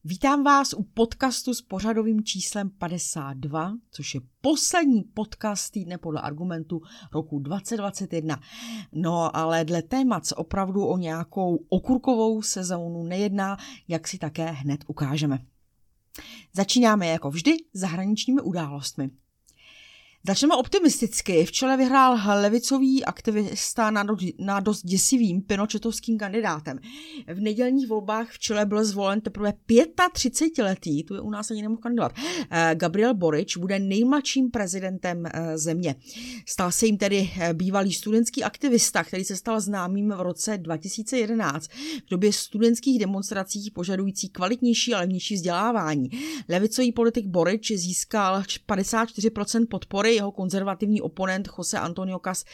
Vítám vás u podcastu s pořadovým číslem 52, což je poslední podcast týdne podle Argumentu roku 2021. No ale dle témat se opravdu o nějakou okurkovou sezónu nejedná, jak si také hned ukážeme. Začínáme jako vždy zahraničními událostmi. Začneme optimisticky. V čele vyhrál levicový aktivista na dost děsivým pinochetovským kandidátem. V nedělních volbách v čele byl zvolen teprve 35letý, tu je u nás ani nemohl kandidovat, Gabriel Boric bude nejmladším prezidentem země. Stal se jim tedy bývalý studentský aktivista, který se stal známým v roce 2011 v době studentských demonstrací požadující kvalitnější a levnější vzdělávání. Levicový politik Boric získal 54% podpory, jeho konzervativní oponent José Antonio Cast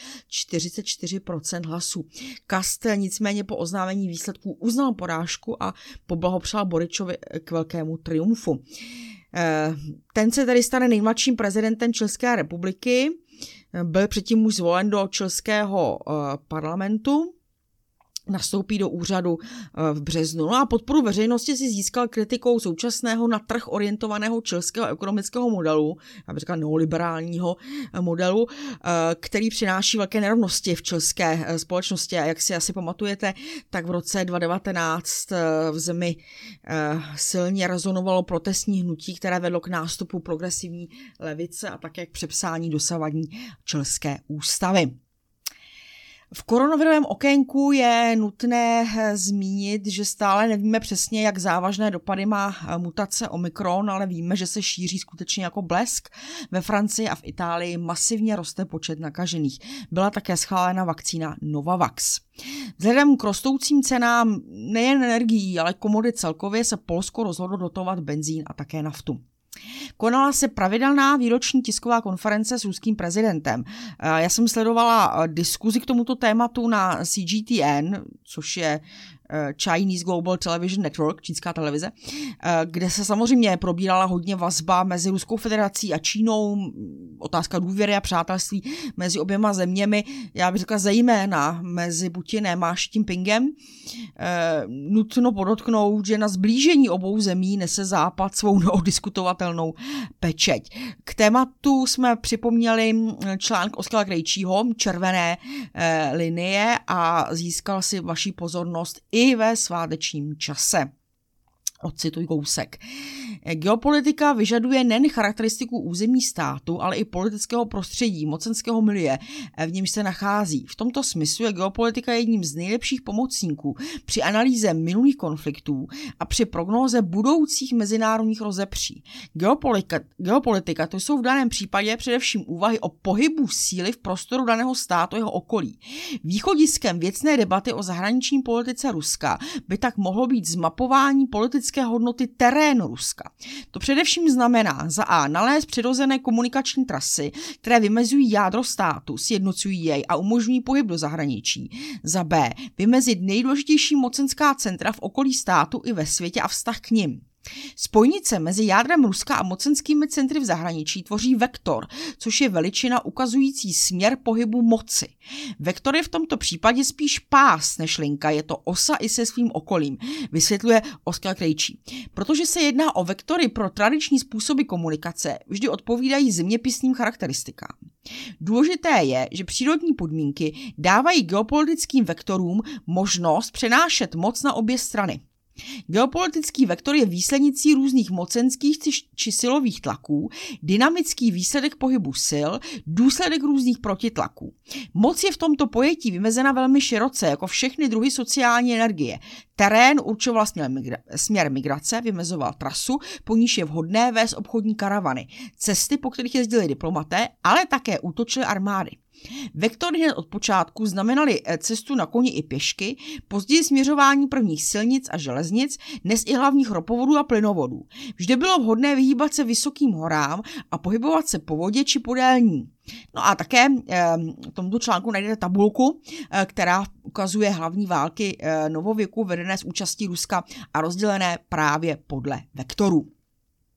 44% hlasů. Cast nicméně po oznámení výsledků uznal porážku a poblahopřál Boričovi k velkému triumfu. Ten se tedy stane nejmladším prezidentem České republiky, byl předtím už zvolen do českého parlamentu, nastoupí do úřadu v březnu. No a podporu veřejnosti si získal kritikou současného na trh orientovaného českého ekonomického modelu, já bych říkal neoliberálního modelu, který přináší velké nerovnosti v české společnosti. A jak si asi pamatujete, tak v roce 2019 v zemi silně rezonovalo protestní hnutí, které vedlo k nástupu progresivní levice a také k přepsání dosavadní české ústavy. V koronavirovém okénku je nutné zmínit, že stále nevíme přesně, jak závažné dopady má mutace Omikron, ale víme, že se šíří skutečně jako blesk. Ve Francii a v Itálii masivně roste počet nakažených. Byla také schválena vakcína Novavax. Vzhledem k rostoucím cenám nejen energií, ale komodit celkově se Polsko rozhodlo dotovat benzín a také naftu. Konala se pravidelná výroční tisková konference s ruským prezidentem. Já jsem sledovala diskuzi k tomuto tématu na CGTN, což je Chinese Global Television Network, čínská televize, kde se samozřejmě probírala hodně vazba mezi Ruskou federací a Čínou, otázka důvěry a přátelství mezi oběma zeměmi, já bych řekla zejména mezi Putinem a Xi Jinpingem. Nutno podotknout, že na zblížení obou zemí nese Západ svou neodiskutovatelnou pečeť. K tématu jsme připomněli článek Oskara Krejčího, Červené linie, a získal si vaši pozornost i ve svátečním čase. Odcituji kousek. Geopolitika vyžaduje nejen charakteristiku území státu, ale i politického prostředí, mocenského milie, v němž se nachází. V tomto smyslu je geopolitika jedním z nejlepších pomocníků při analýze minulých konfliktů a při prognóze budoucích mezinárodních rozepří. Geopolitika to jsou v daném případě především úvahy o pohybu síly v prostoru daného státu a jeho okolí. Východiskem věcné debaty o zahraniční politice Ruska by tak mohlo být zmapování politické hodnoty terénu Ruska. To především znamená za A nalézt přirozené komunikační trasy, které vymezují jádro státu, sjednocují jej a umožňují pohyb do zahraničí. Za B vymezit nejdůležitější mocenská centra v okolí státu i ve světě a vztah k nim. Spojnice mezi jádrem Ruska a mocenskými centry v zahraničí tvoří vektor, což je veličina ukazující směr pohybu moci. Vektor je v tomto případě spíš pás než linka, je to osa i se svým okolím, vysvětluje Oskar Krejčí. Protože se jedná o vektory pro tradiční způsoby komunikace, vždy odpovídají zeměpisným charakteristikám. Důležité je, že přírodní podmínky dávají geopolitickým vektorům možnost přenášet moc na obě strany. Geopolitický vektor je výslednicí různých mocenských či silových tlaků, dynamický výsledek pohybu sil, důsledek různých protitlaků. Moc je v tomto pojetí vymezena velmi široce, jako všechny druhy sociální energie. Terén určoval směr migrace, vymezoval trasu, po níž je vhodné vést obchodní karavany, cesty, po kterých jezdili diplomaté, ale také útočily armády. Vektory hned od počátku znamenaly cestu na koni i pěšky, později směřování prvních silnic a železnic, dnes i hlavních ropovodů a plynovodů. Vždy bylo vhodné vyhýbat se vysokým horám a pohybovat se po vodě či podél ní. No a také v tomto článku najdete tabulku, která ukazuje hlavní války novověku vedené s účastí Ruska a rozdělené právě podle vektorů.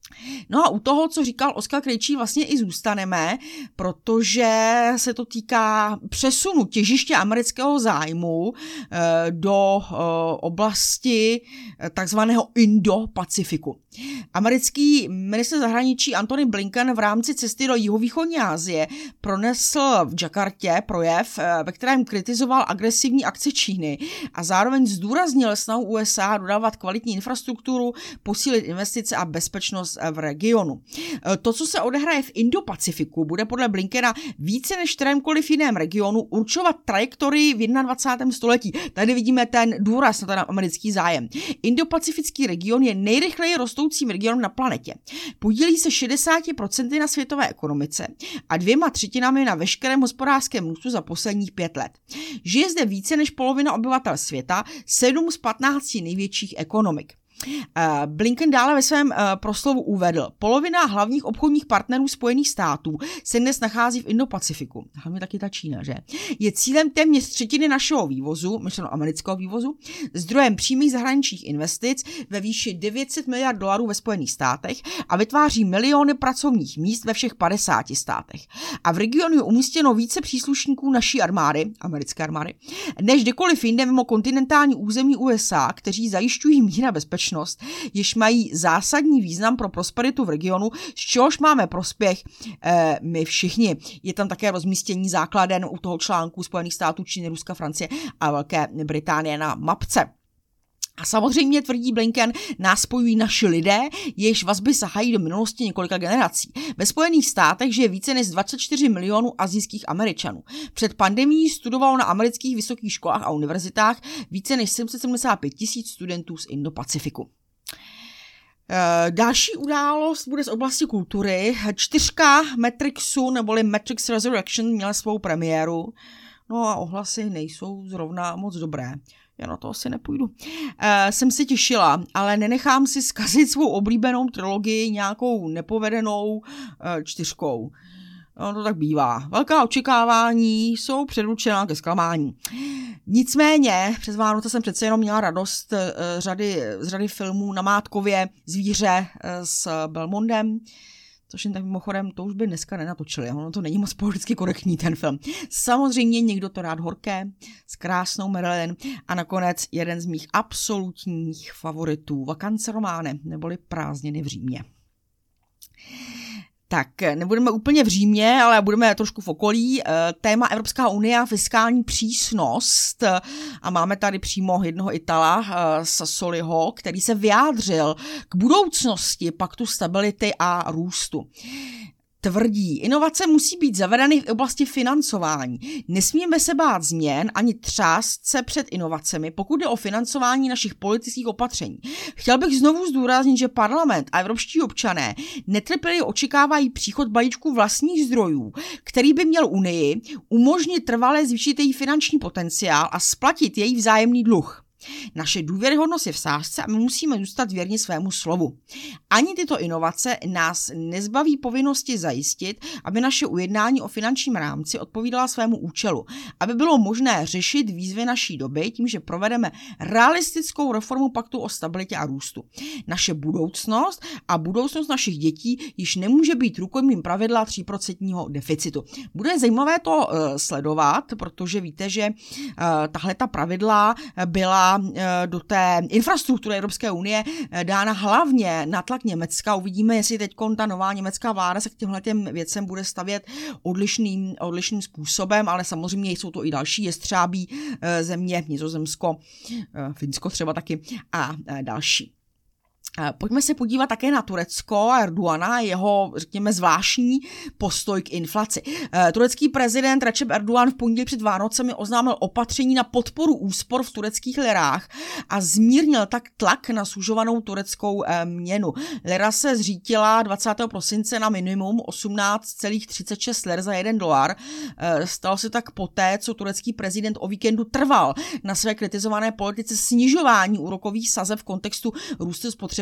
No a u toho, co říkal Oskar Krejčí, vlastně i zůstaneme, protože se to týká přesunu těžiště amerického zájmu do oblasti takzvaného Indo-Pacifiku. Americký ministr zahraničí Antony Blinken v rámci cesty do jihovýchodní Asie pronesl v Jakartě projev, ve kterém kritizoval agresivní akce Číny a zároveň zdůraznil snahu USA dodávat kvalitní infrastrukturu, posílit investice a bezpečnost v regionu. To, co se odehraje v Indo-Pacifiku, bude podle Blinkena více než kterémkoliv jiném regionu určovat trajektorii v 21. století. Tady vidíme ten důraz na ten americký zájem. Indo-pacifický region je nejrychleji rostoucím regionem na planetě. Podílí se 60% na světové ekonomice a 2/3 na veškerém hospodářském růstu za posledních 5 let. Žije zde více než polovina obyvatel světa, 7 z 15 největších ekonomik. Blinken dále ve svém proslovu uvedl, polovina hlavních obchodních partnerů Spojených států se dnes nachází v Indo-Pacifiku, hlavně taky ta Čína, že? Je cílem téměř 1/3 našeho vývozu, myšleno amerického vývozu, zdrojem přímých zahraničních investic ve výši $900 miliard ve Spojených státech a vytváří miliony pracovních míst ve všech 50 státech. A v regionu je umístěno více příslušníků naší armády, americké armády, než kdekoliv jinde mimo kontinentální území USA, kteří zajišťují mír a bezpečnost, jež mají zásadní význam pro prosperitu v regionu, z čehož máme prospěch my všichni. Je tam také rozmístění základen u toho článku Spojených států, Číny, Ruska, Francie a Velké Británie na mapce. A samozřejmě, tvrdí Blinken, nás spojují naši lidé, jejichž vazby sahají do minulosti několika generací. Ve Spojených státech žije více než 24 milionů asijských Američanů. Před pandemií studovalo na amerických vysokých školách a univerzitách více než 775 000 studentů z Indo-Pacifiku. Další událost bude z oblasti kultury. 4 Matrixu neboli Matrix Resurrection měla svou premiéru. No a ohlasy nejsou zrovna moc dobré. Já na to asi nepůjdu. Jsem se těšila, ale nenechám si zkazit svou oblíbenou trilogii nějakou nepovedenou 4. No, to tak bývá. Velká očekávání jsou předurčená ke zklamání. Nicméně, přes Vánoce jsem přece jenom měla radost z řady filmů Namátkově, Zvíře s Belmondem, což jen tak mimochodem, to už by dneska nenatočili, ono to není moc politicky korektní ten film. Samozřejmě někdo to rád horké, s krásnou Marilyn a nakonec jeden z mých absolutních favoritů, Vakance románe, neboli Prázdniny v Římě. Tak, nebudeme úplně v Římě, ale budeme trošku v okolí. Téma Evropská unie a fiskální přísnost. A máme tady přímo jednoho Itala, Sassoliho, který se vyjádřil k budoucnosti paktu stability a růstu. Tvrdí, inovace musí být zavedeny v oblasti financování. Nesmíme se bát změn ani třást se před inovacemi, pokud jde o financování našich politických opatření. Chtěl bych znovu zdůraznit, že parlament a evropští občané netrpělivě očekávají příchod balíčku vlastních zdrojů, který by měl Unii umožnit trvale zvýšit její finanční potenciál a splatit její vzájemný dluh. Naše důvěryhodnost je v sázce a my musíme zůstat věrni svému slovu. Ani tyto inovace nás nezbaví povinnosti zajistit, aby naše ujednání o finančním rámci odpovídala svému účelu, aby bylo možné řešit výzvy naší doby tím, že provedeme realistickou reformu paktu o stabilitě a růstu. Naše budoucnost a budoucnost našich dětí již nemůže být rukojmím pravidla 3% deficitu. Bude zajímavé to sledovat, protože víte, že tahle ta pravidla byla do té infrastruktury Evropské unie dána hlavně na tlak Německa. Uvidíme, jestli teď ta nová německá vláda se k těmhletěm věcem bude stavět odlišným způsobem, ale samozřejmě jsou to i další jestřábí země, Nizozemsko, Finsko třeba taky a další. Pojďme se podívat také na Turecko a Erdogana, jeho, řekněme, zvláštní postoj k inflaci. Turecký prezident Recep Erdogan v pondělí před Vánocemi oznámil opatření na podporu úspor v tureckých lirách a zmírnil tak tlak na sužovanou tureckou měnu. Lira se zřítila 20. prosince na minimum 18,36 lir za $1. Stalo se tak poté, co turecký prezident o víkendu trval na své kritizované politice snižování úrokových sazeb v kontextu růstu spotřeby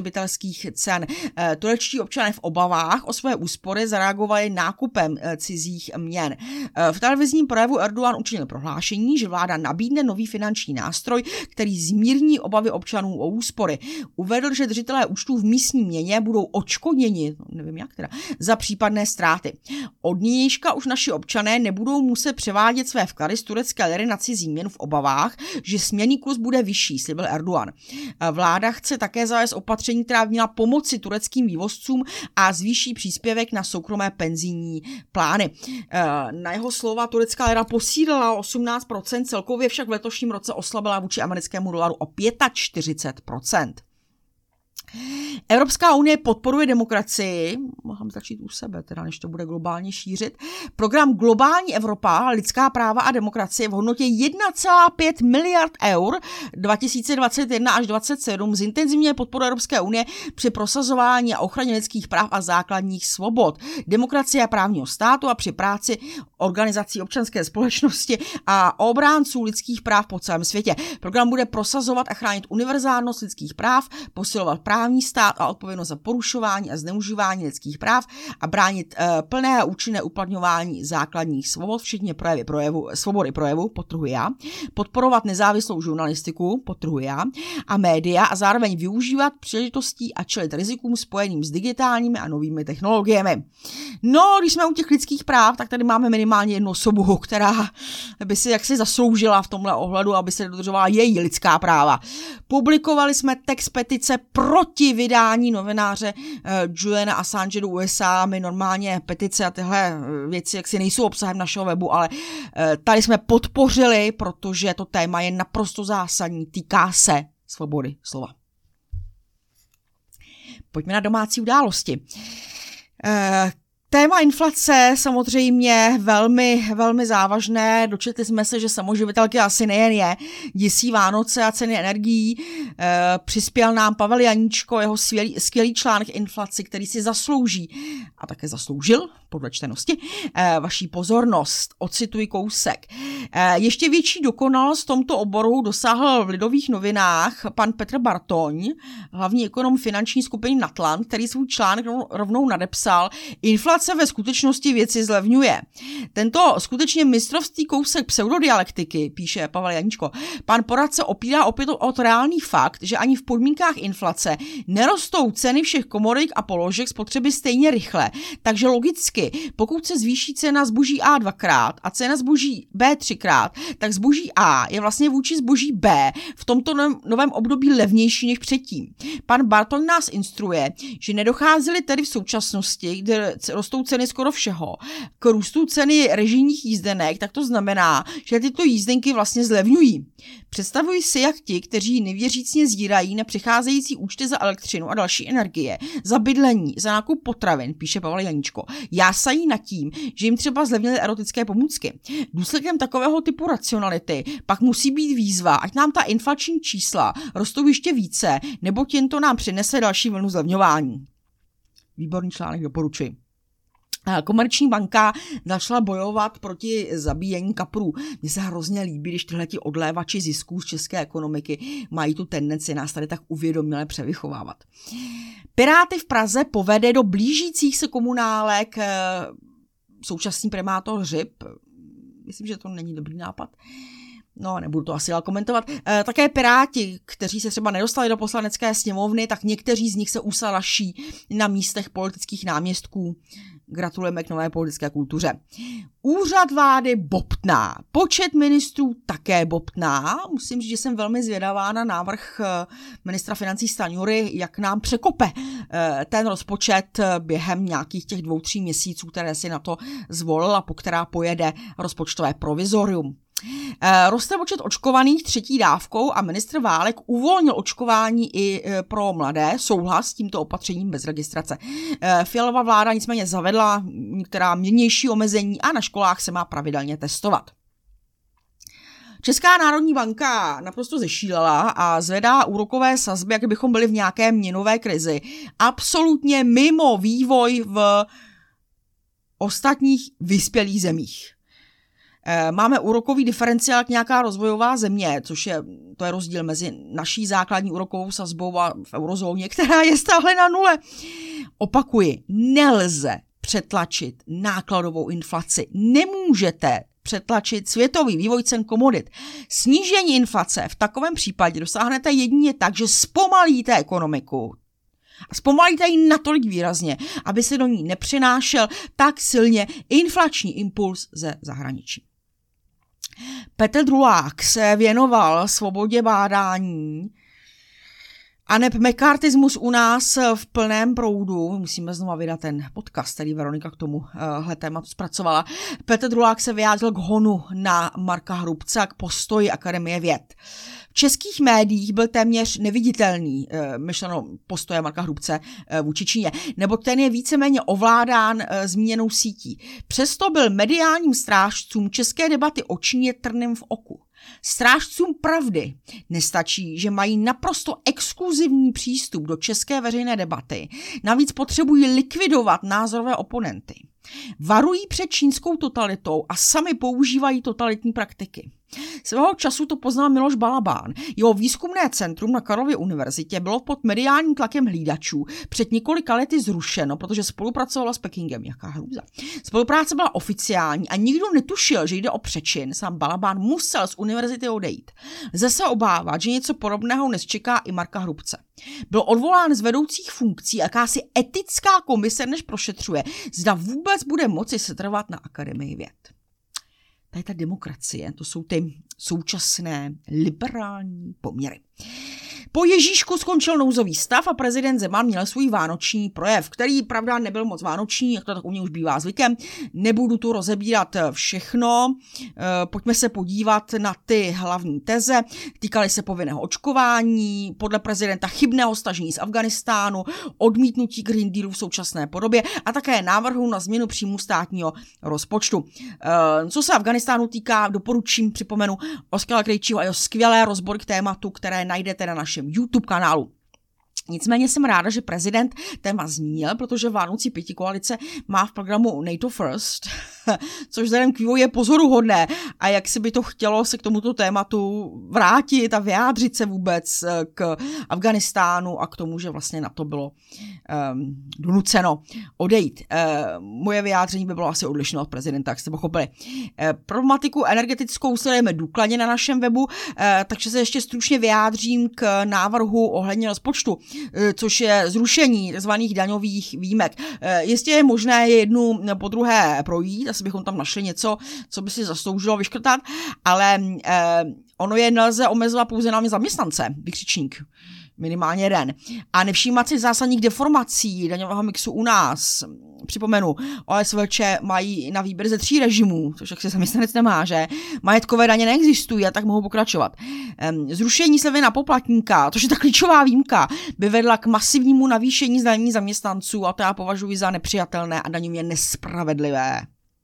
spotřebitelských cen. Turečtí občané v obavách o své úspory zareagovali nákupem cizích měn. V televizním projevu Erdogan učinil prohlášení, že vláda nabídne nový finanční nástroj, který zmírní obavy občanů o úspory. Uvedl, že držitelé účtů v místní měně budou odškodněni, nevím jak teda, za případné ztráty. Od nynějška už naši občané nebudou muset převádět své vklady z turecké liry na cizí měnu v obavách, že směnný kurz bude vyšší, slíbil Erdogan. Vláda chce také zavést opatření, která měla pomoci tureckým vývozcům a zvýší příspěvek na soukromé penzijní plány. Na jeho slova turecká lira posílila 18%, celkově však v letošním roce oslabila vůči americkému dolaru o 45%. Evropská unie podporuje demokracii, mohám začít u sebe, teda než to bude globálně šířit. Program Globální Evropa, lidská práva a demokracie v hodnotě 1,5 miliard eur 2021 až 2027 zintenzivně podporuje Evropské unie při prosazování a ochraně lidských práv a základních svobod, demokracie a právního státu a při práci organizací občanské společnosti a obránců lidských práv po celém světě. Program bude prosazovat a chránit univerzálnost lidských práv, posilovat právní stát a odpovědnost za porušování a zneužívání lidských práv a bránit plné a účinné uplatňování základních svobod, včetně svobody projevu, podtrhuji já, podporovat nezávislou žurnalistiku, podtrhuji já, a média a zároveň využívat příležitostí a čelit rizikům spojeným s digitálními a novými technologiemi. No, když jsme u těch lidských práv, tak tady máme minimálně jednu osobu, která by si jaksi zasloužila v tomhle ohledu, aby se dodržovala její lidská práva. Publikovali jsme text petice proti vydání novináře Juliana Assange do USA. My normálně petice a tyhle věci jaksi nejsou obsahem našeho webu, ale tady jsme podpořili, protože to téma je naprosto zásadní, týká se svobody slova. Pojďme na domácí události. Téma inflace samozřejmě velmi, velmi závažné. Dočetli jsme se, že samoživitelky asi nejen je, děsí Vánoce a ceny energií. Přispěl nám Pavel Janíčko, jeho skvělý článek Inflaci, který si zaslouží a také zasloužil, podle čtenosti, vaší pozornost. Ocituji kousek. Ještě větší dokonalost v tomto oboru dosáhl v Lidových novinách pan Petr Bartoň, hlavní ekonom finanční skupiny Natland, který svůj článek rovnou nadepsal: Inflace ve skutečnosti věci zlevňuje. Tento skutečně mistrovský kousek pseudodialektiky, píše Pavel Janíčko, pan poradce opírá opět o reálný fakt, že ani v podmínkách inflace nerostou ceny všech komodit a položek spotřeby stejně rychle. Takže logicky, pokud se zvýší cena zboží A 2x a cena zboží B 3x, tak zboží A je vlastně vůči zboží B v tomto novém období levnější než předtím. Pan Bartoň nás instruuje, že nedocházely tedy v současnosti, kde rostou ceny skoro všeho, k růstu ceny režijních jízdenek, tak to znamená, že tyto jízdenky vlastně zlevňují. Představuji si, jak ti, kteří nevěřícně zírají na přicházející účty za elektřinu a další energie, za bydlení, za nákup potravin, píše Pavel Janíčko, jásají nad tím, že jim třeba zlevnily erotické pomůcky. Důsledkem takového typu racionality pak musí být výzva, ať nám ta inflační čísla rostou ještě více, nebo jen to nám přinese další vlnu zlevňování. Výborný článek, doporučuji. Komerční banka začala bojovat proti zabíjení kaprů. Mně se hrozně líbí, když tyhleti odlévači zisků z české ekonomiky mají tu tendenci nás tady tak uvědoměle převychovávat. Piráty v Praze povede do blížících se komunálek současný primátor Hřib. Myslím, že to není dobrý nápad. No, nebudu to asi dál komentovat. Také Piráti, kteří se třeba nedostali do poslanecké sněmovny, tak někteří z nich se usalaší na místech politických náměstků. Gratulujeme k nové politické kultuře. Úřad vlády bobtná. Počet ministrů také bobtná. Musím říct, že jsem velmi zvědavá na návrh ministra financí Stanjury, jak nám překope ten rozpočet během nějakých těch 2-3 měsíců, které si na to zvolil a po která pojede rozpočtové provizorium. Roste počet očkovaných třetí dávkou a ministr Válek uvolnil očkování i pro mladé, souhlas s tímto opatřením bez registrace. Fialová vláda nicméně zavedla některá mírnější omezení a na školách se má pravidelně testovat. Česká národní banka naprosto zešílela a zvedá úrokové sazby, jak bychom byli v nějaké měnové krizi. Absolutně mimo vývoj v ostatních vyspělých zemích. Máme úrokový diferenciál jak nějaká rozvojová země, to je rozdíl mezi naší základní úrokovou sazbou a v eurozóně, která je stále na nule. Opakuji, nelze přetlačit nákladovou inflaci. Nemůžete přetlačit světový vývoj cen komodit. Snížení inflace v takovém případě dosáhnete jedině tak, že zpomalíte ekonomiku. A zpomalíte ji natolik výrazně, aby se do ní nepřinášel tak silně inflační impuls ze zahraničí. Petr Drulák se věnoval svobodě bádání a McCarthyismus u nás v plném proudu. Musíme znova vydat ten podcast, který Veronika k tomuhle tématu zpracovala. Petr Drulák se vyjádřil k honu na Marka Hrubce a k postoji Akademie věd. V českých médiích byl téměř neviditelný, myšleno postoje Marka Hrubce vůči Číně, nebo ten je víceméně ovládán zmíněnou sítí. Přesto byl mediálním strážcům české debaty o Číně trnem v oku. Strážcům pravdy nestačí, že mají naprosto exkluzivní přístup do české veřejné debaty, navíc potřebují likvidovat názorové oponenty. Varují před čínskou totalitou a sami používají totalitní praktiky. Svého času to poznal Miloš Balabán. Jeho výzkumné centrum na Karlově univerzitě bylo pod mediálním tlakem hlídačů před několika lety zrušeno, protože spolupracovalo s Pekingem. Jaká hrůza. Spolupráce byla oficiální a nikdo netušil, že jde o přečin. Sám Balabán musel z univerzity odejít. Lze se obávat, že něco podobného dnes čeká i Marka Hrubce. Byl odvolán z vedoucích funkcí, jakási etická komise než prošetřuje, zda vůbec bude moci setrvat na Akademii věd. Tady ta demokracie, to jsou ty současné liberální poměry. Po Ježíšku skončil nouzový stav a prezident Zeman měl svůj vánoční projev, který pravda nebyl moc vánoční, jak to tak u mě už bývá zvykem. Nebudu tu rozebírat všechno, pojďme se podívat na ty hlavní teze. Týkaly se povinného očkování, podle prezidenta chybného stažení z Afghánistánu, odmítnutí Green Dealu v současné podobě a také návrhu na změnu příjmu státního rozpočtu. Co se Afghánistánu týká, doporučím, připomenu Oskara Krejčího a jeho skvělé rozbory k tématu, které najdete na našem YouTube kanálu. Nicméně jsem ráda, že prezident téma zmínil, protože vládnoucí pětikoalice má v programu NATO First, což vzhledem k vývoji je pozoruhodné a jak si by to chtělo se k tomuto tématu vrátit a vyjádřit se vůbec k Afghánistánu a k tomu, že vlastně na to bylo donuceno odejít. Moje vyjádření by bylo asi odlišné od prezidenta, jak jste pochopili. Problematiku energetickou sledujeme důkladně na našem webu, takže se ještě stručně vyjádřím k návrhu ohledně rozpočtu, což je zrušení tzv. Daňových výjimek. Jistě je možné jednu po druhé projít, asi bychom tam našli něco, co by si zasloužilo vyškrtat, ale ono je nelze omezovat pouze na zaměstnance, vykřičník, minimálně jeden. A nevšímat si zásadních deformací daňového mixu u nás. Připomenu, OSVČ mají na výběr ze 3 režimů, což jak se zaměstnanec nemá, že? Majetkové daně neexistují a tak mohou pokračovat. Zrušení slevy na poplatníka, což je ta klíčová výjimka, by vedla k masivnímu navýšení zdanění zaměstnanců a to já považuji za nepřijatelné a daňově nespravedlivé.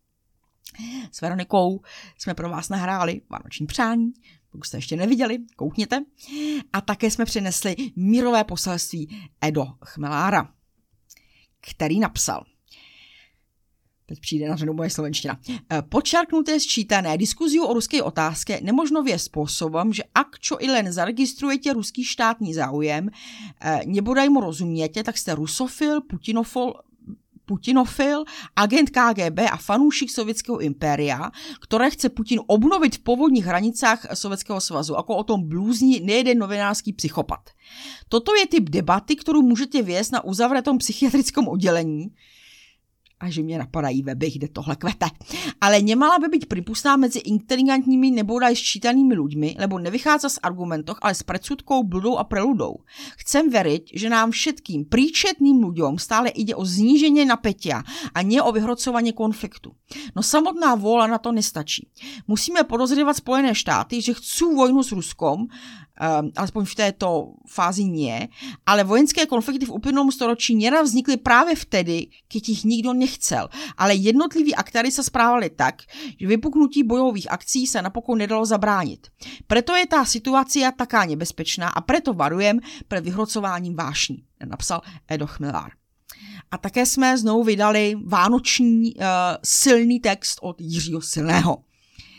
S Veronikou jsme pro vás nahráli vánoční přání, pokud jste ještě neviděli, koukněte. A také jsme přinesli mírové poselství Edo Chmelára, který napsal. Teď přijde na řadu moje slovenština. Počarknuté sčítané diskuziu o ruské otázce nemožno věst spôsobom, že ak čo i len zaregistrujete ruský štátní záujem, nebodaj mu rozumiete, tak ste rusofil, putinofil, agent KGB a fanúšik sovětského impéria, které chce Putin obnovit v původních hranicách Sovětského svazu, jako o tom blúzní nejeden novinářský psychopat. Toto je typ debaty, kterou můžete vést na uzavřeném psychiatrickém oddělení, a že mě napadají weby, kde tohle kvete. Ale nemala by být pripustná mezi inteligentními nebo daj sčítanými ľuďmi, lebo nevychádza z argumentoch, ale s predsudkou, bludou a preludou. Chcem veriť, že nám všetkým príčetným ľuďom stále ide o zníženie napätia a nie o vyhrocovanie konfliktu. No samotná vôľa na to nestačí. Musíme podozrievat Spojené štáty, že chcú vojnu s Ruskom, alespoň v této fázi nie, ale vojenské konflikty v uplynulom storočí nieraz vznikly právě vtedy, keď ich nikdo nechcel, ale jednotliví aktéry sa správali tak, že vypuknutí bojových akcí sa napokon nedalo zabránit. Preto je tá situácia taká nebezpečná a preto varujem pred vyhrocováním vášní, napsal Edo Chmelár. A také jsme znovu vydali vánoční silný text od Jiřího Silného.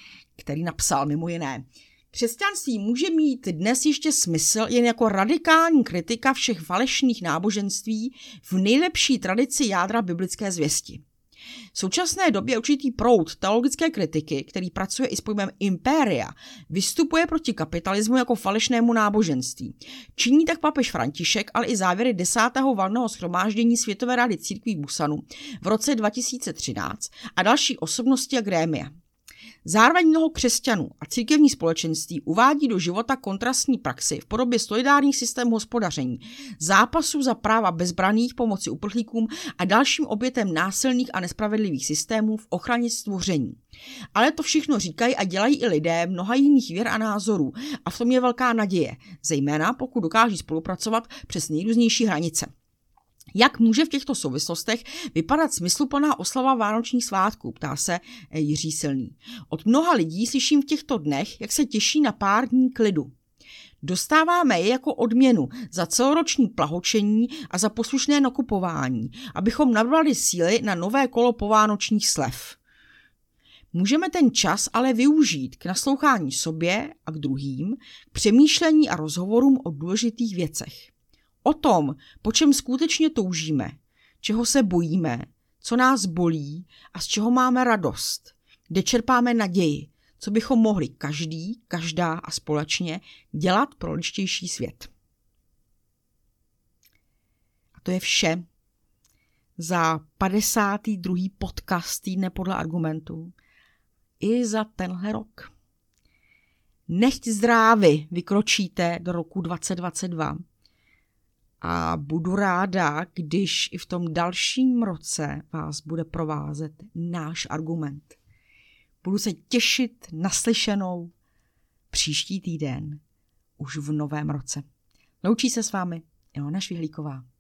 který napsal mimo jiné: křesťanství může mít dnes ještě smysl jen jako radikální kritika všech falešných náboženství v nejlepší tradici jádra biblické zvěsti. V současné době určitý proud teologické kritiky, který pracuje i s pojmem impéria, vystupuje proti kapitalismu jako falešnému náboženství. Činí tak papež František, ale i závěry 10. valného shromáždění Světové rady církví v Busanu v roce 2013 a další osobnosti a grémia. Zároveň mnoho křesťanů a církevní společenství uvádí do života kontrastní praxi v podobě solidárních systémů hospodaření, zápasů za práva bezbranných, pomoci uprchlíkům a dalším obětem násilných a nespravedlivých systémů v ochraně stvoření. Ale to všechno říkají a dělají i lidé mnoha jiných věr a názorů a v tom je velká naděje, zejména pokud dokáží spolupracovat přes nejrůznější hranice. Jak může v těchto souvislostech vypadat smysluplná oslava vánočních svátků, ptá se Jiří Silný. Od mnoha lidí slyším v těchto dnech, jak se těší na pár dní klidu. Dostáváme je jako odměnu za celoroční plahočení a za poslušné nakupování, abychom nabrali síly na nové kolo povánočních slev. Můžeme ten čas ale využít k naslouchání sobě a k druhým, k přemýšlení a rozhovorům o důležitých věcech. O tom, po čem skutečně toužíme, čeho se bojíme, co nás bolí a z čeho máme radost, kde čerpáme naději, co bychom mohli každá a společně dělat pro ličtější svět. A to je vše za 52. podcast Týdne podle argumentů i za tenhle rok. Nechť zdrávy vykročíte do roku 2022. A budu ráda, když i v tom dalším roce vás bude provázet náš argument. Budu se těšit na slyšenou příští týden, už v novém roce. Loučí se s vámi Ilona Švihlíková.